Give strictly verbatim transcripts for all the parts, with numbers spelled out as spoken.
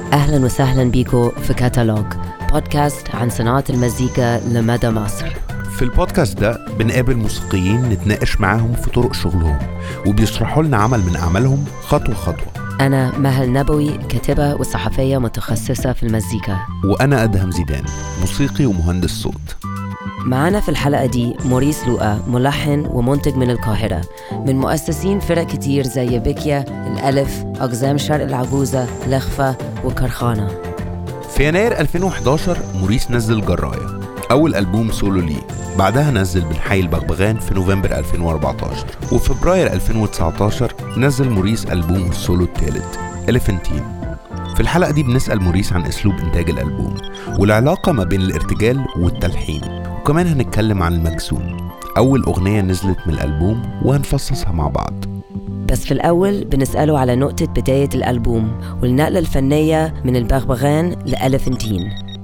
أهلا وسهلا بيكو في كاتالوج، بودكاست عن صناعة المزيكا لمدى مصر. في البودكاست ده بنقابل موسيقيين نتناقش معاهم في طرق شغلهم وبيشرحوا لنا عمل من أعمالهم خطوة خطوة. أنا مهل نبوي، كاتبة وصحفية متخصصة في المزيكا. وأنا أدهم زيدان، موسيقي ومهندس صوت. معانا في الحلقة دي موريس لوقا، ملحن ومنتج من القاهرة، من مؤسسين فرق كتير زي بيكيا، الألف، أقزام شرق العجوزة، لخفة وكرخانة. في يناير ألفين وإحداشر موريس نزل جراية، أول ألبوم سولو ليه. بعدها نزل بنحي البغبغان في نوفمبر ألفين وأربعتاشر، وفبراير ألفين وتسعتاشر نزل موريس ألبوم السولو الثالث إليفنتين. في الحلقة دي بنسأل موريس عن أسلوب إنتاج الألبوم والعلاقة ما بين الارتجال والتلحين، وكمان هنتكلم عن المجسوم، أول أغنية نزلت من الألبوم، وهنفصصها مع بعض. بس في الأول بنسأله على نقطة بداية الألبوم والنقلة الفنية من البغبغان لإليفنتين.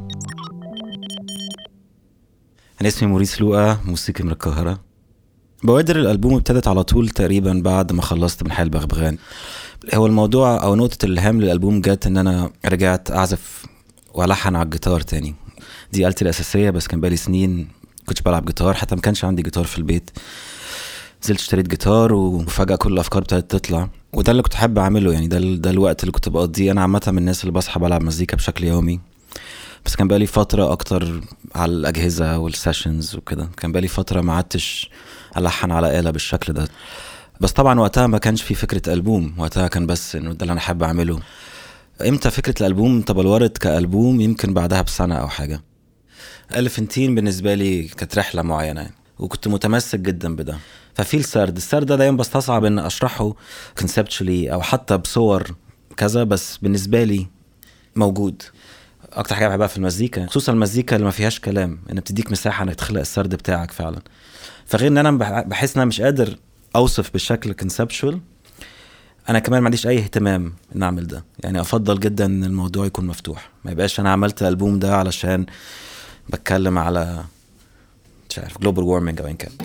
أنا اسمي موريس لوقا، موسيقي من القاهرة. بوادر الألبوم ابتدت على طول تقريبا بعد ما خلصت من حال البغبغان. هو الموضوع أو نقطة الهام للألبوم جات إن أنا رجعت أعزف وألحن على الجيتار تاني. دي آلتي الأساسية، بس كان بالي سنين كنتش بلعب جيتار، حتى ما كانش عندي جيتار في البيت. نزلت اشتريت جيتار وفجأة كل الأفكار ابتدت تطلع، وده اللي كنت حابب أعمله. يعني ده ده الوقت اللي كنت بقضيه. أنا عامة من الناس اللي بصحى بلعب مزيكا بشكل يومي، بس كان بالي فترة أكتر على الأجهزة والسيشنز وكده. كان بالي فترة ما عدتش ألحن على آلة بالشكل ده. بس طبعا وقتها ما كانش في فكرة ألبوم، وقتها كان بس إنه ده اللي أنا حابب أعمله. إمتى فكرة الألبوم تبلورت كألبوم؟ يمكن بعدها بسنة أو حاجة. إليفنتين بالنسبة لي كانت رحلة معينة، وكنت متمسك جدا بده. ففي السرد السرد ده دايما بستصعب إن أشرحه conceptually أو حتى بصور كذا، بس بالنسبة لي موجود. اكتر حاجه بحبها في المزيكا، خصوصا المزيكا اللي ما فيهاش كلام، ان بتديك مساحه انك تخلق السرد بتاعك فعلا. فغير ان انا بحس ان انا مش قادر اوصف بالشكل كونسبشوال، انا كمان ما عنديش اي اهتمام ان اعمل ده. يعني افضل جدا ان الموضوع يكون مفتوح، ما يبقاش انا عملت الالبوم ده علشان بتكلم على مش عارف جلوبال وارمينج او ان كان.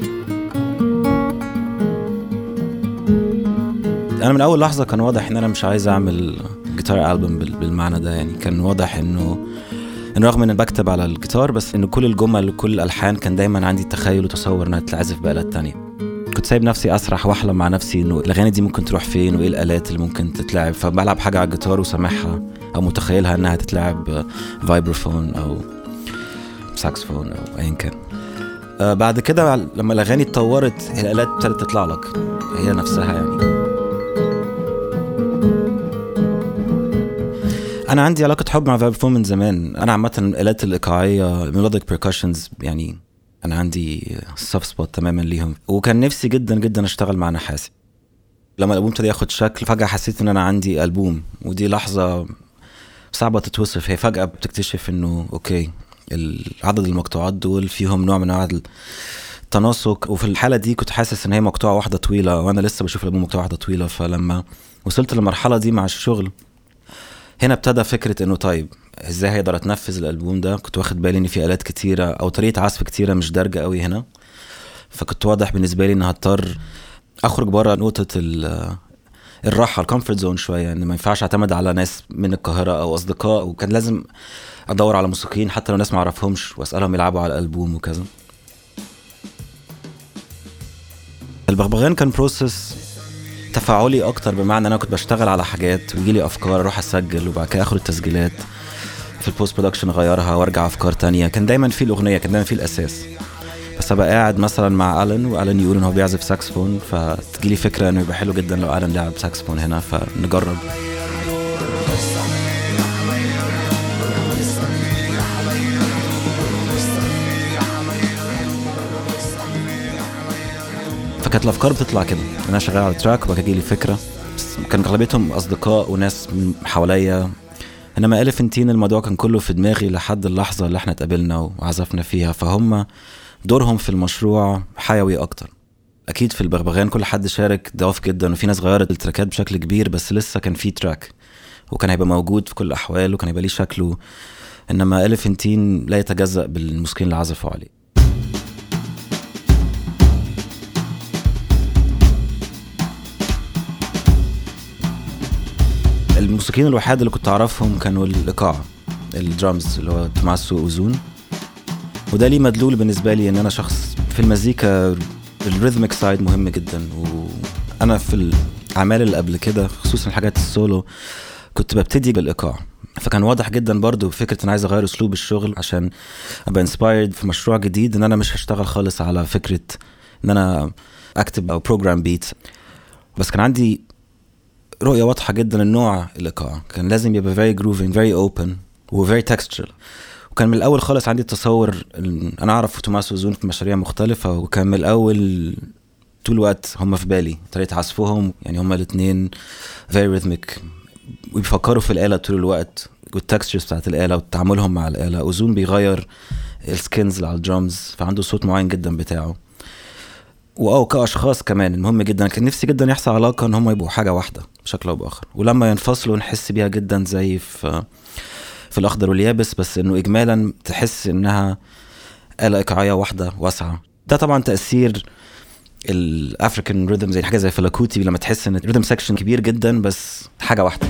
انا من اول لحظه كان واضح ان انا مش عايز اعمل جيتار ألبوم بالمعنى ده. يعني كان واضح انه ان رغم ان بكتب على الجيتار، بس انه كل الجمل وكل الالحان كان دايما عندي تخيل وتصور انها تتعزف بآلات تانية. كنت سايب نفسي اسرح واحلم مع نفسي انه الاغاني دي ممكن تروح فين وايه الالات اللي ممكن تتلعب. فبلعب حاجه على الجيتار وسامعها او متخيلها انها تتلعب فايبروفون او ساكسفون او ايا كان. آه بعد كده لما الاغاني اتطورت الالات ابتدت تطلع لك هي نفسها. يعني أنا عندي علاقة حب مع فايبروفون من زمان. أنا عامة الآلات الإيقاعية ميلوديك بيركشنز، يعني أنا عندي سوفت سبوت تماما ليهم، وكان نفسي جدا جدا أشتغل مع نحاسي. لما الألبوم ابتدى ياخد شكل فجأة حسيت إن أنا عندي ألبوم، ودي لحظة صعبة تتوصف. هي فجأة بتكتشف إنه أوكي العدد المقطوعات دول فيهم نوع من عدد التناسق، وفي الحالة دي كنت حاسس إن هي مقطوعة واحدة طويلة، وأنا لسه بشوف الألبوم مقطوعة واحدة طويلة. فلما وصلت للمرحلة دي مع الشغل هنا ابتدى فكرة انه طيب ازاي هيقدر اتنفذ الالبوم ده. كنت واخد بالي ان في آلات كتيرة او طريقة عزف كتيرة مش دارجة قوي هنا، فكنت واضح بالنسبة لي ان هضطر اخرج بره نقطة الراحة الكومفورت زون شوية، ان ما ينفعش اعتمد على ناس من القاهرة او اصدقاء، وكان لازم ادور على موسيقيين حتى لو ناس ما اعرفهمش واسألهم يلعبوا على الالبوم وكذا. البغبغان كان بروسس تفاعلي اكتر، بمعنى انا كنت بشتغل على حاجات ويجيلي افكار اروح اسجل وبعد كده اخد التسجيلات في البوست برودكشن اغيرها وارجع افكار تانية. كان دايما في الاغنيه، كان دايما في الاساس، بس ابقى قاعد مثلا مع ألان وألان يقول ان هو بيعزف ساكسفون، فتجيلي فكره انه يبقى حلو جدا لو ألان لعب ساكسفون هنا، فنجرب. فكانت الافكار بتطلع كده، انا شغال على تراك وبقى جيلي فكره، كان غالبيتهم اصدقاء وناس من حواليا. انما إليفنتين الموضوع كان كله في دماغي لحد اللحظه اللي احنا اتقابلنا وعزفنا فيها، فهم دورهم في المشروع حيوي اكتر. اكيد في البغبغان كل حد شارك ضاف جدا، وفي ناس غيرت التراكات بشكل كبير، بس لسه كان في تراك وكان هيبقى موجود في كل الاحوال وكان هيبقى ليه شكله. انما إليفنتين لا يتجزأ بالموسيقيين اللي عزفوا عليه. الموسيقيين الوحيد اللي كنت اعرفهم كانوا الايقاع الدرامز اللي هو توماسو اوزون، وده ليه مدلول بالنسبه لي ان انا شخص في المزيكا الريثميك سايد مهم جدا. وانا في الاعمال اللي قبل كده خصوصا الحاجات السولو كنت ببتدي بالايقاع، فكان واضح جدا برضو فكره ان عايز اغير اسلوب الشغل عشان ابقى انسبايرد في مشروع جديد، ان انا مش هشتغل خالص على فكره ان انا اكتب او بروجرام بيت، بس كان عندي رؤيه واضحه جدا النوع الايقاع كان لازم يبقى very grooving very open و very textural. وكان من الاول خالص عندي تصور انا اعرف توماسو اوزون في مشاريع مختلفه، وكان من الاول طول الوقت هم في بالي طريقه عزفهم، يعني هم الاثنين very rhythmic وبيفكروا في الآلة طول الوقت والتكستشرز بتاعت الآلة وتعاملهم مع الآلة. أوزون بيغير السكينز على الدرامز فعنده صوت معين جدا بتاعه، وأو كأشخاص كمان المهم جدا كان نفسي جدا يحصل علاقة ان هم يبقوا حاجة واحدة بشكل أو بآخر، ولما ينفصلوا نحس بيها جدا زي في في الأخضر واليابس، بس انه إجمالا تحس انها آلة إيقاعية واحدة واسعة. ده طبعا تأثير الافريكان ريذم زي حاجه زي فلاكوتي لما تحس ان الريذم سيكشن كبير جدا بس حاجه واحده.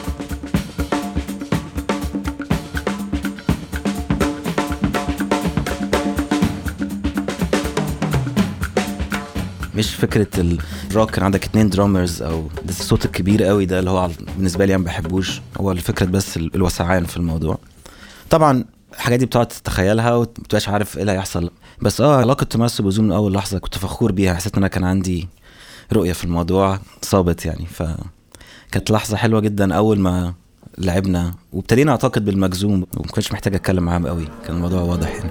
مش فكره الروك كان عندك اتنين درامرز او الصوت الكبير قوي ده اللي هو بالنسبه لي انا ما بحبوش، هو الفكره بس الوسعان في الموضوع. طبعا الحاجات دي بتقعد تتخيلها ومتبقاش عارف ايه اللي هيحصل، بس اه علاقه توماسو اوزون من اول لحظه كنت فخور بيها، حسيت ان انا كان عندي رؤيه في الموضوع صابت يعني، فكانت لحظه حلوه جدا اول ما لعبنا وابتدينا اعتقد بالمجزوم وما كنتش محتاج اتكلم معاهم قوي، كان الموضوع واضح يعني.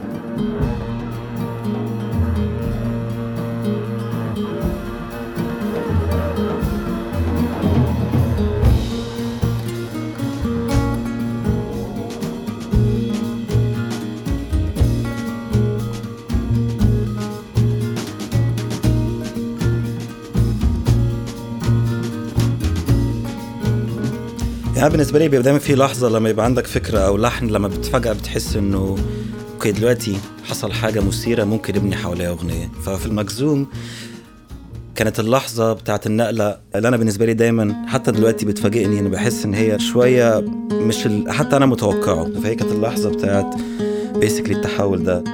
يعني بالنسبه لي بيبقى دايما في لحظه لما يبقى عندك فكره او لحن لما بتفاجئ بتحس انه اوكي دلوقتي حصل حاجه مثيره ممكن نبني حواليها اغنيه. ففي المجزوم كانت اللحظه بتاعت النقله اللي انا بالنسبه لي دايما حتى دلوقتي بتفاجئني، انا بحس ان هي شويه مش ال... حتى انا متوقعه، فهي كانت اللحظه بتاعت بيسكلي التحول ده.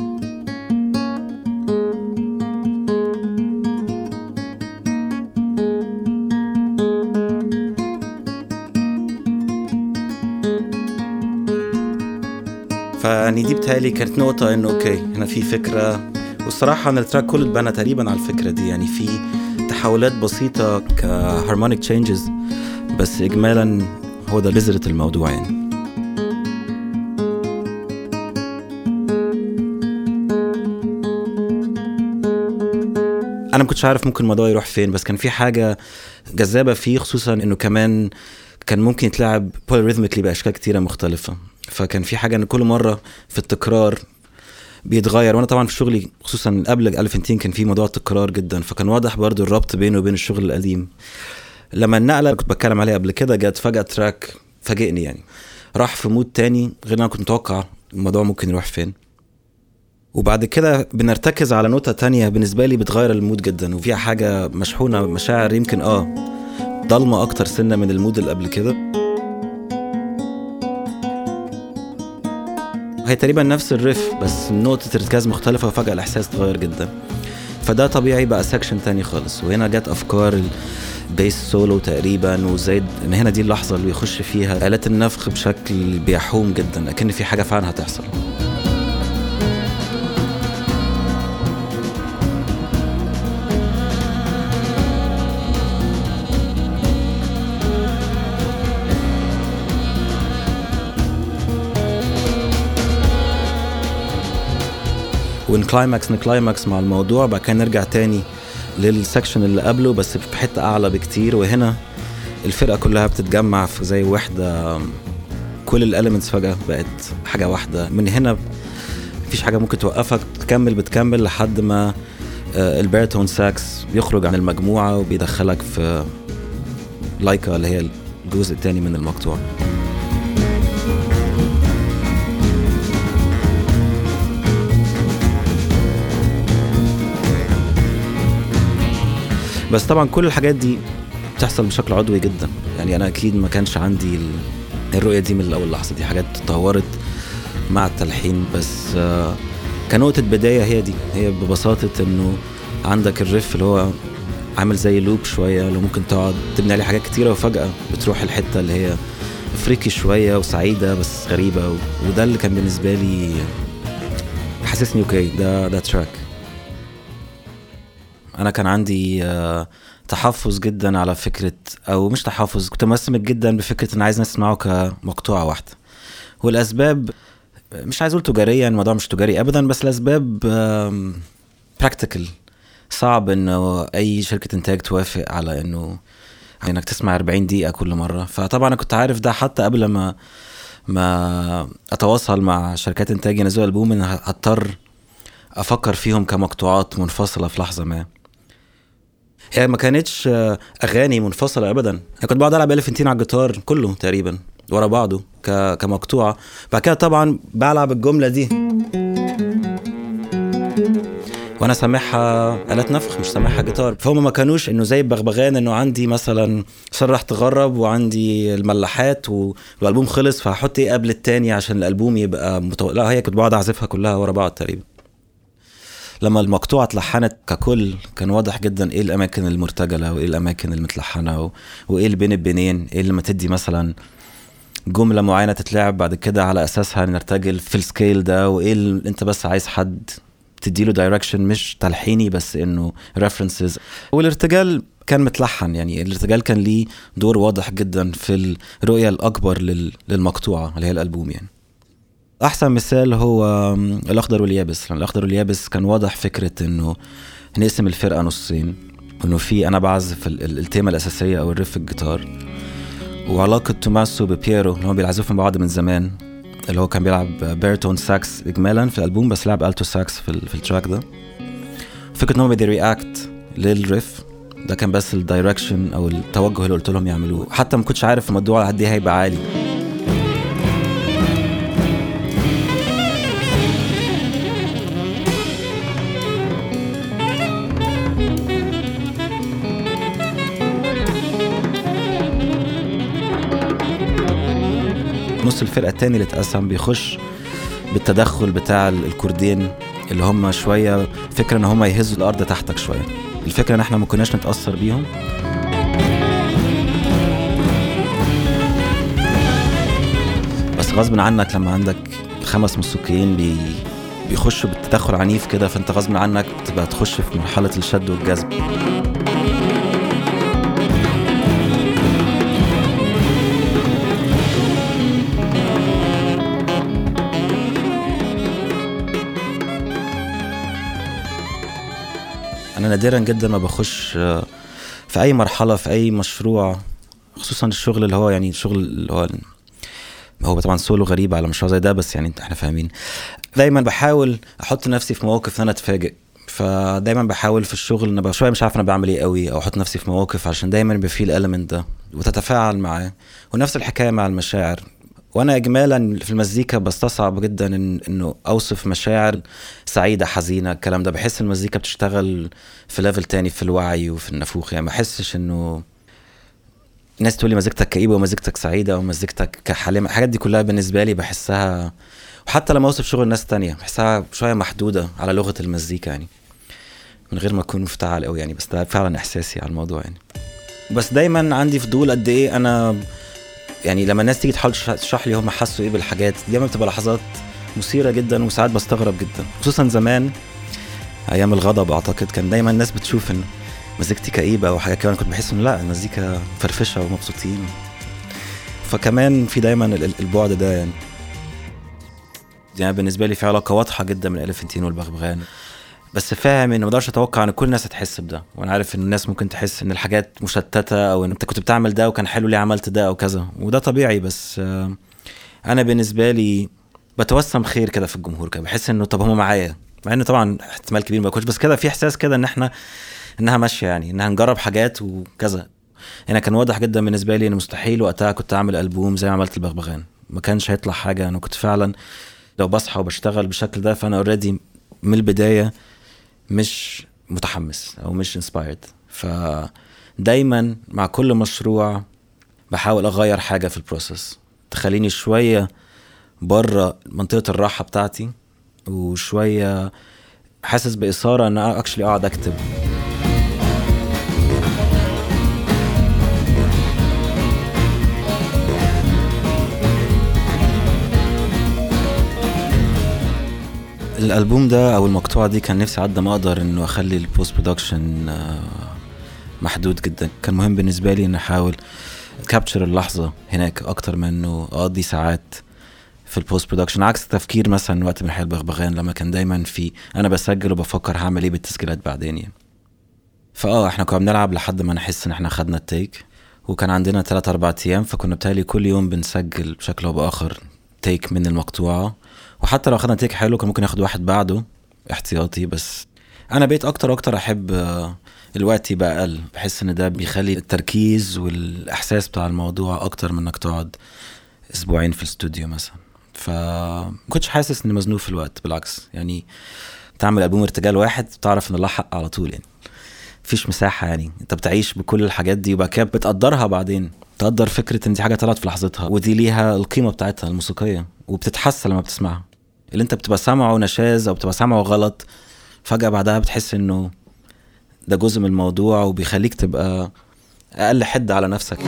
فاني دي بتالي كانت نقطة انه اوكي هنا في فكرة، والصراحة انا التراك كله اتبنى تقريبا على الفكرة دي، يعني في تحولات بسيطة كهارمونيك تشينجز بس اجمالا هو ده بذرة الموضوع يعني. انا ما كنتش عارف ممكن الموضوع يروح فين، بس كان في حاجة جذابة فيه خصوصا انه كمان كان ممكن يتلعب بوليريثميكلي باشكال كتيرة مختلفة، فكان في حاجة ان كل مرة في التكرار بيتغير، وانا طبعا في شغلي خصوصا قبل ألفين كان في موضوع التكرار جدا، فكان واضح برضو الربط بينه وبين الشغل القديم. لما النقلة كنت بتكلم عليها قبل كده جات فجأة تراك فاجئني يعني، راح في مود تاني غير انا كنت متوقع الموضوع ممكن يروح فين، وبعد كده بنرتكز على نوتة تانية بالنسبة لي بتغير المود جدا، وفيها حاجة مشحونة مشاعر يمكن اه ضلمة اكتر سنة من المود اللي قبل كده. هي تقريبا نفس الريف بس نقطة ارتكاز مختلفة وفجأة الإحساس تغير جدا، فده طبيعي بقى سكشن تاني خالص. وهنا جات أفكار البيس سولو تقريبا، وزي إن هنا دي اللحظة اللي بيخش فيها آلات النفخ بشكل بيحوم جدا أكن في حاجة فعلا هتحصل. ونكلايماكس نكلايماكس مع الموضوع، بقى كان نرجع تاني للسكشن اللي قبله بس في حتة أعلى بكتير، وهنا الفرقة كلها بتتجمع في زي وحدة، كل الاليمنتس فجأة بقت حاجة واحدة. من هنا مفيش حاجة ممكن توقفك، تكمل بتكمل لحد ما الباريتون ساكس يخرج عن المجموعة وبيدخلك في لايكا اللي هي الجزء التاني من المقطوع. بس طبعا كل الحاجات دي بتحصل بشكل عضوي جدا. يعني انا اكيد ما كانش عندي الرؤيه دي من الاول لحظه، دي حاجات تطورت مع التلحين، بس كنقطه بدايه هي دي، هي ببساطه انه عندك الريف اللي هو عامل زي لوب شويه، اللي ممكن تقعد تبني عليه حاجات كتيره وفجاه بتروح الحته اللي هي افريقي شويه وسعيده بس غريبه، وده اللي كان بالنسبه لي حسسني اوكي ده ده تراك. انا كان عندي تحفظ جدا على فكره، او مش تحفظ، كنت مستمت جدا بفكره ان عايز نسمعه كمقطوعه واحده، والاسباب مش عايز اقول تجاريا، الموضوع مش تجاري ابدا، بس الاسباب براكتيكال. صعب انه اي شركه انتاج توافق على انه انك تسمع أربعين دقيقه كل مره. فطبعا انا كنت عارف ده حتى قبل ما ما اتواصل مع شركات انتاج ينزلوا البوم، ان هضطر افكر فيهم كمقطوعات منفصله في لحظه ما. هي ما كانتش اغاني منفصله ابدا، انا كنت بقعد العب الفنتين على الجيتار كله تقريبا ورا بعضه كمقطوعه، بعد كده طبعا بلعب الجمله دي وانا سامعها آلات نفخ مش سامعها جيتار. فهم ما كانوش انه زي بغبغان انه عندي مثلا سرح تغرب وعندي الملاحات والالبوم خلص فهحط ايه قبل التاني عشان الالبوم يبقى متو... لا، هي كنت بقعد اعزفها كلها ورا بعض تقريبا. لما المقطوعه اتلحنت ككل كان واضح جدا ايه الاماكن المرتجله وايه الاماكن المتلحنه و... وايه اللي بين البنين، ايه اللي ما تدي مثلا جمله معينه تتلعب بعد كده على اساسها نرتجل في السكيل ده، وايه اللي انت بس عايز حد تديله دايركشن مش تلحيني بس انه ريفرنسز. والارتجال كان متلحن، يعني الارتجال كان ليه دور واضح جدا في الرؤيه الاكبر لل... للمقطوعه اللي هي الالبوم. يعني احسن مثال هو الاخضر واليابس. الاخضر واليابس كان واضح فكره انه نقسم الفرقه نصين، انه في انا بعزف التيمه الاساسيه او الريف الجيتار، وعلاقه توماسو ببييرو اللي هم بيعزفوا مع بعض من زمان، اللي هو كان بيلعب بيرتون ساكس اجمالا في الالبوم بس لعب التو ساكس في, في التراك ده. فكره انهم بيدي رياكت للريف ده كان بس الدايركشن او التوجه اللي قلت لهم يعملوه، حتى ما كنتش عارف الموضوع قد ايه هيبقى عالي. نص الفرقة التاني اللي اتقسم بيخش بالتدخل بتاع الكوردين اللي هم شوية فكرة ان هم يهزوا الارض تحتك شوية. الفكرة ان احنا ما كناش نتأثر بيهم، بس غصب عنك لما عندك خمس موسيقيين بي بيخشوا بالتدخل عنيف كده، فانت غصب عنك تبقى تخش في مرحلة الشد والجذب. أنا نادراً جداً ما بخش في أي مرحلة في أي مشروع، خصوصاً الشغل اللي هو يعني الشغل اللي هو هو طبعاً سولو غريب على مشروع زي ده، بس يعني احنا فاهمين. دايماً بحاول أحط نفسي في مواقف إن أنا أتفاجئ، فدايماً بحاول في الشغل إن شوية مش عارف أنا بعمل إيه قوي، أو أحط نفسي في مواقف عشان دايماً يبقى فيه الإلمنت ده وتتفاعل معاه. ونفس الحكاية مع المشاعر. وانا اجمالا في المزيكا بستصعب جدا إن انه اوصف مشاعر سعيده حزينه الكلام ده. بحس المزيكا بتشتغل في ليفل تاني في الوعي وفي النفوخ، يعني ما احسش انه الناس تقول لي مزيكتك كئيبه ومزيكتك سعيده ومزيكتك كحليمه. الحاجات دي كلها بالنسبه لي بحسها، وحتى لما اوصف شغل الناس تانية بحسها شويه محدوده على لغه المزيكا، يعني من غير ما اكون مفتعل قوي يعني، بس ده فعلا احساسي على الموضوع يعني. بس دايما عندي فضول قد ايه انا يعني لما الناس تيجي تحاول تشرح لي هم حسوا ايه بالحاجات دي، ما بتبقى لحظات مثيره جدا وساعات بستغرب جدا. خصوصا زمان ايام الغضب اعتقد كان دايما الناس بتشوف ان مزيكتي كئيبه او حاجه كده، كنت بحس انه لا، المزيكا فرفشه ومبسوطين. فكمان في دايما البعد ده يعني. يعني بالنسبه لي في علاقه واضحه جدا من الفنتين والبغبغان، بس فاهم انه ما اقدرش اتوقع ان كل الناس هتحس بده، وانا عارف ان الناس ممكن تحس ان الحاجات مشتته، او ان انت كنت بتعمل ده وكان حلو ليه عملت ده او كذا، وده طبيعي. بس انا بالنسبه لي بتوسم خير كده في الجمهور كده، بحس انه طب هم معايا، مع انه طبعا احتمال كبير ما كنتش، بس كده في احساس كده ان احنا انها ماشيه، يعني انها نجرب حاجات وكذا. انا كان واضح جدا بالنسبه لي ان مستحيل وقتها كنت اعمل البوم زي ما عملت البغبغان، ما كانش هيطلع حاجه. انا كنت فعلا لو بصحى وبشتغل بالشكل ده فانا اوريدي من البدايه مش متحمس او مش انسبايرد. ف دايما مع كل مشروع بحاول اغير حاجة في البروسيس تخليني شوية برا منطقة الراحة بتاعتي، وشوية حاسس بإثارة ان انا اكشلي اقعد اكتب. الالبوم ده او المقطوعة دي كان نفسي عدى ما اقدر انه اخلي البوست برودكشن محدود جدا. كان مهم بالنسبة لي ان احاول كابتشر اللحظة هناك اكتر من انه اقضي ساعات في البوست برودكشن، عكس تفكير مثلا وقت من حي البغبغان لما كان دايما في انا بسجل وبفكر هعمل ايه بالتسجيلات بعدين يعني. فاه احنا كنا بنلعب لحد ما نحس ان احنا خدنا التيك، وكان عندنا ثلاثة أربعة ايام، فكنا بتالي كل يوم بنسجل بشكل او باخر تيك من المقطوعة، وحتى لو خدنا تيك حلو كان ممكن ياخد واحد بعده احتياطي. بس انا بقيت اكتر اكتر احب الوقت يبقى اقل، بحس ان ده بيخلي التركيز والاحساس بتاع الموضوع اكتر من انك تقعد اسبوعين في الاستوديو مثلا. فمكنتش حاسس اني مزنوق في الوقت، بالعكس يعني تعمل ألبوم ارتجال واحد تعرف ان الله حق على طول يعني، مفيش مساحة يعني، انت بتعيش بكل الحاجات دي وبعد كده بتقدرها بعدين، تقدر فكرة ان دي حاجة طلعت في لحظتها ودي ليها القيمة بتاعتها الموسيقية، وبتتحسن لما بتسمعها. اللي انت بتبقى سامعه نشاز او بتبقى سامعه غلط فجأة بعدها بتحس انه ده جزء من الموضوع، وبيخليك تبقى اقل حد على نفسك.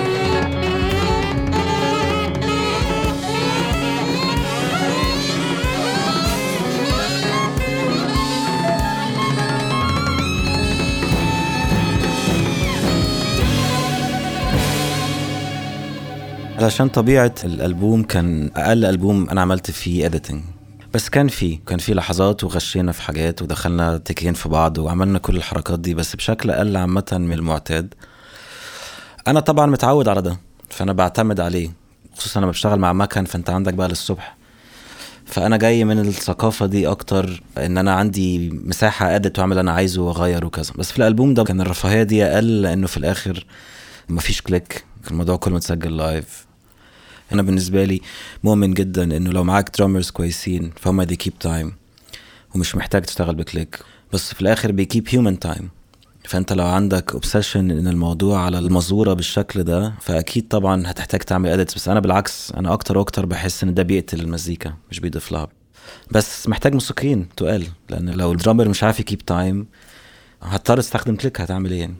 علشان طبيعة الألبوم كان أقل ألبوم أنا عملت فيه editing، بس كان فيه كان فيه لحظات وغشينا في حاجات ودخلنا تكين في بعض وعملنا كل الحركات دي، بس بشكل أقل عامة من المعتاد. أنا طبعا متعود على ده فأنا بعتمد عليه، خصوصا لما بشتغل مع مكان فأنت عندك بقى للصبح، فأنا جاي من الثقافة دي أكتر إن أنا عندي مساحة أدت وأعمل أنا عايزه وأغير وكذا. بس في الألبوم ده كان الرفاهية دي أقل لأنه في الآخر مفيش كليك، الموضوع كله متسجل لايف. أنا بالنسبة لي مؤمن جدا إنه لو معاك درامرز كويسين فهم دي keep time ومش محتاج تشتغل بكليك، بس في الآخر بي keep human time. فأنت لو عندك obsession إن الموضوع على المزورة بالشكل ده فأكيد طبعا هتحتاج تعمل edits، بس أنا بالعكس أنا أكتر وأكتر بحس إن ده بيقتل المزيكا مش بيضيف لها، بس محتاج موسيقيين تقال، لأن لو الدرامر مش عارف keep time هتضطر تستخدم كليك، هتعمل إيه يعني؟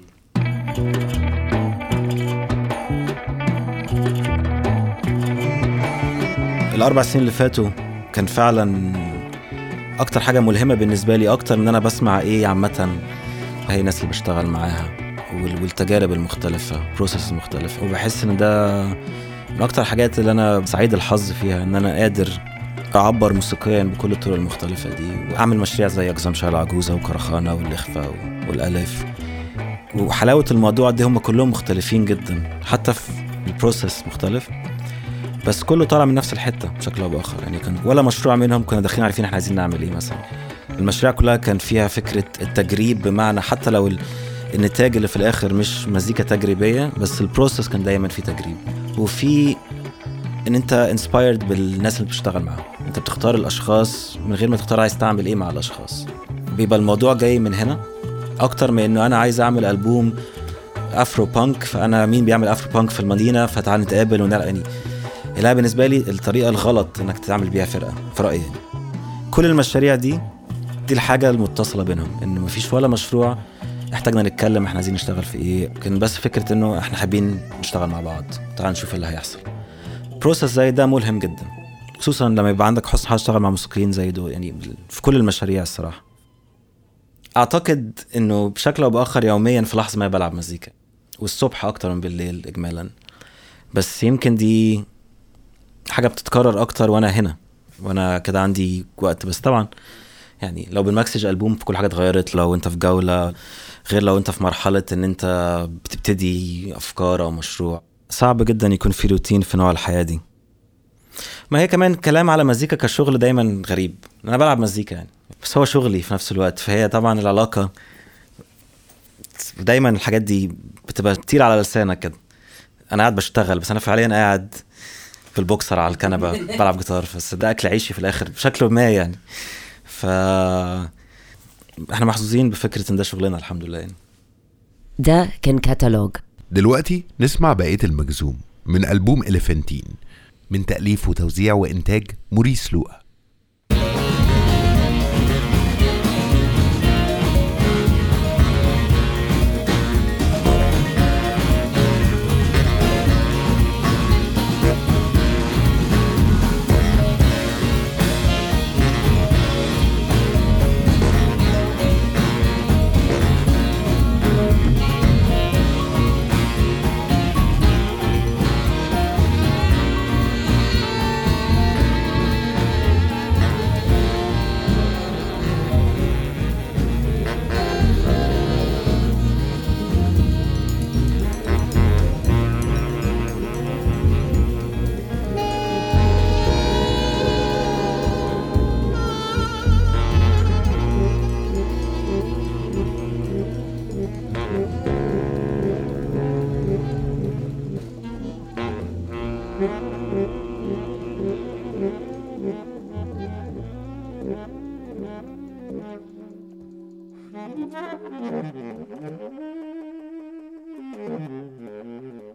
الأربع سنين اللي فاتوا كان فعلا أكتر حاجة ملهمة بالنسبة لي، أكتر من أنا بسمع إيه عامة هي الناس اللي بشتغل معاها والتجارب المختلفة بروسيس المختلفة، وبحس إن ده من أكتر حاجات اللي أنا سعيد الحظ فيها، إن أنا قادر أعبر موسيقيا بكل الطرق المختلفة دي، وأعمل مشاريع زي أقزام شارع العجوزة وكرخانة واللخفة والألف. وحلاوة الموضوع دي هم كلهم مختلفين جدا، حتى في البروسيس مختلف، بس كله طالع من نفس الحتة بشكل أو بآخر يعني. كان ولا مشروع منهم كنا داخلين عارفين احنا عايزين نعمل ايه مثلا. المشاريع كلها كان فيها فكرة التجريب، بمعنى حتى لو النتاج اللي في الآخر مش مزيكا تجريبية، بس البروسيس كان دايما في تجريب، وفي ان انت inspired بالناس اللي بتشتغل معاهم. انت بتختار الاشخاص من غير ما تختار عايز تعمل ايه مع الاشخاص، بيبقى الموضوع جاي من هنا اكتر من انه انا عايز اعمل ألبوم افرو بانك، فانا مين بيعمل افرو بانك في المدينة فتعال نتقابل ونلقاني. لا، بالنسبة لي الطريقة الغلط انك تعمل بيها فرقة في رأيي. كل المشاريع دي دي الحاجة المتصلة بينهم، انه مفيش ولا مشروع احتاجنا نتكلم احنا عايزين نشتغل في ايه، كان بس فكرة انه احنا حابين نشتغل مع بعض، تعال نشوف اللي هيحصل. بروسس زي ده ملهم جدا، خصوصا لما يبقى عندك حسن حظ تشتغل مع موسيقيين زي دول يعني في كل المشاريع. الصراحة اعتقد انه بشكل او باخر يوميا في لحظة ما بلعب مزيكا، والصبح اكتر من بالليل اجمالا، بس يمكن دي حاجة بتتكرر اكتر وانا هنا وانا كده عندي وقت. بس طبعا يعني لو بنمكسج ألبوم كل حاجة اتغيرت، لو انت في جولة غير لو انت في مرحلة ان انت بتبتدي افكار او مشروع، صعب جدا يكون في روتين في نوع الحياة دي. ما هي كمان كلام على مزيكا كشغل دايما غريب، انا بلعب مزيكا يعني بس هو شغلي في نفس الوقت، فهي طبعا العلاقة دايما الحاجات دي بتبقى كتير على لسانك كده. انا قاعد بشتغل بس انا فعليا قاعد في البوكسر على الكنبة بلعب جيتار، بس ده اكل عيشي في الاخر بشكل ما يعني. ف احنا محظوظين بفكرة ان ده شغلنا الحمد لله يعني. ده كان كتالوج. دلوقتي نسمع بقية المجزوم من ألبوم إليفانتين من تأليف وتوزيع وإنتاج موريس لوقا. Thank you.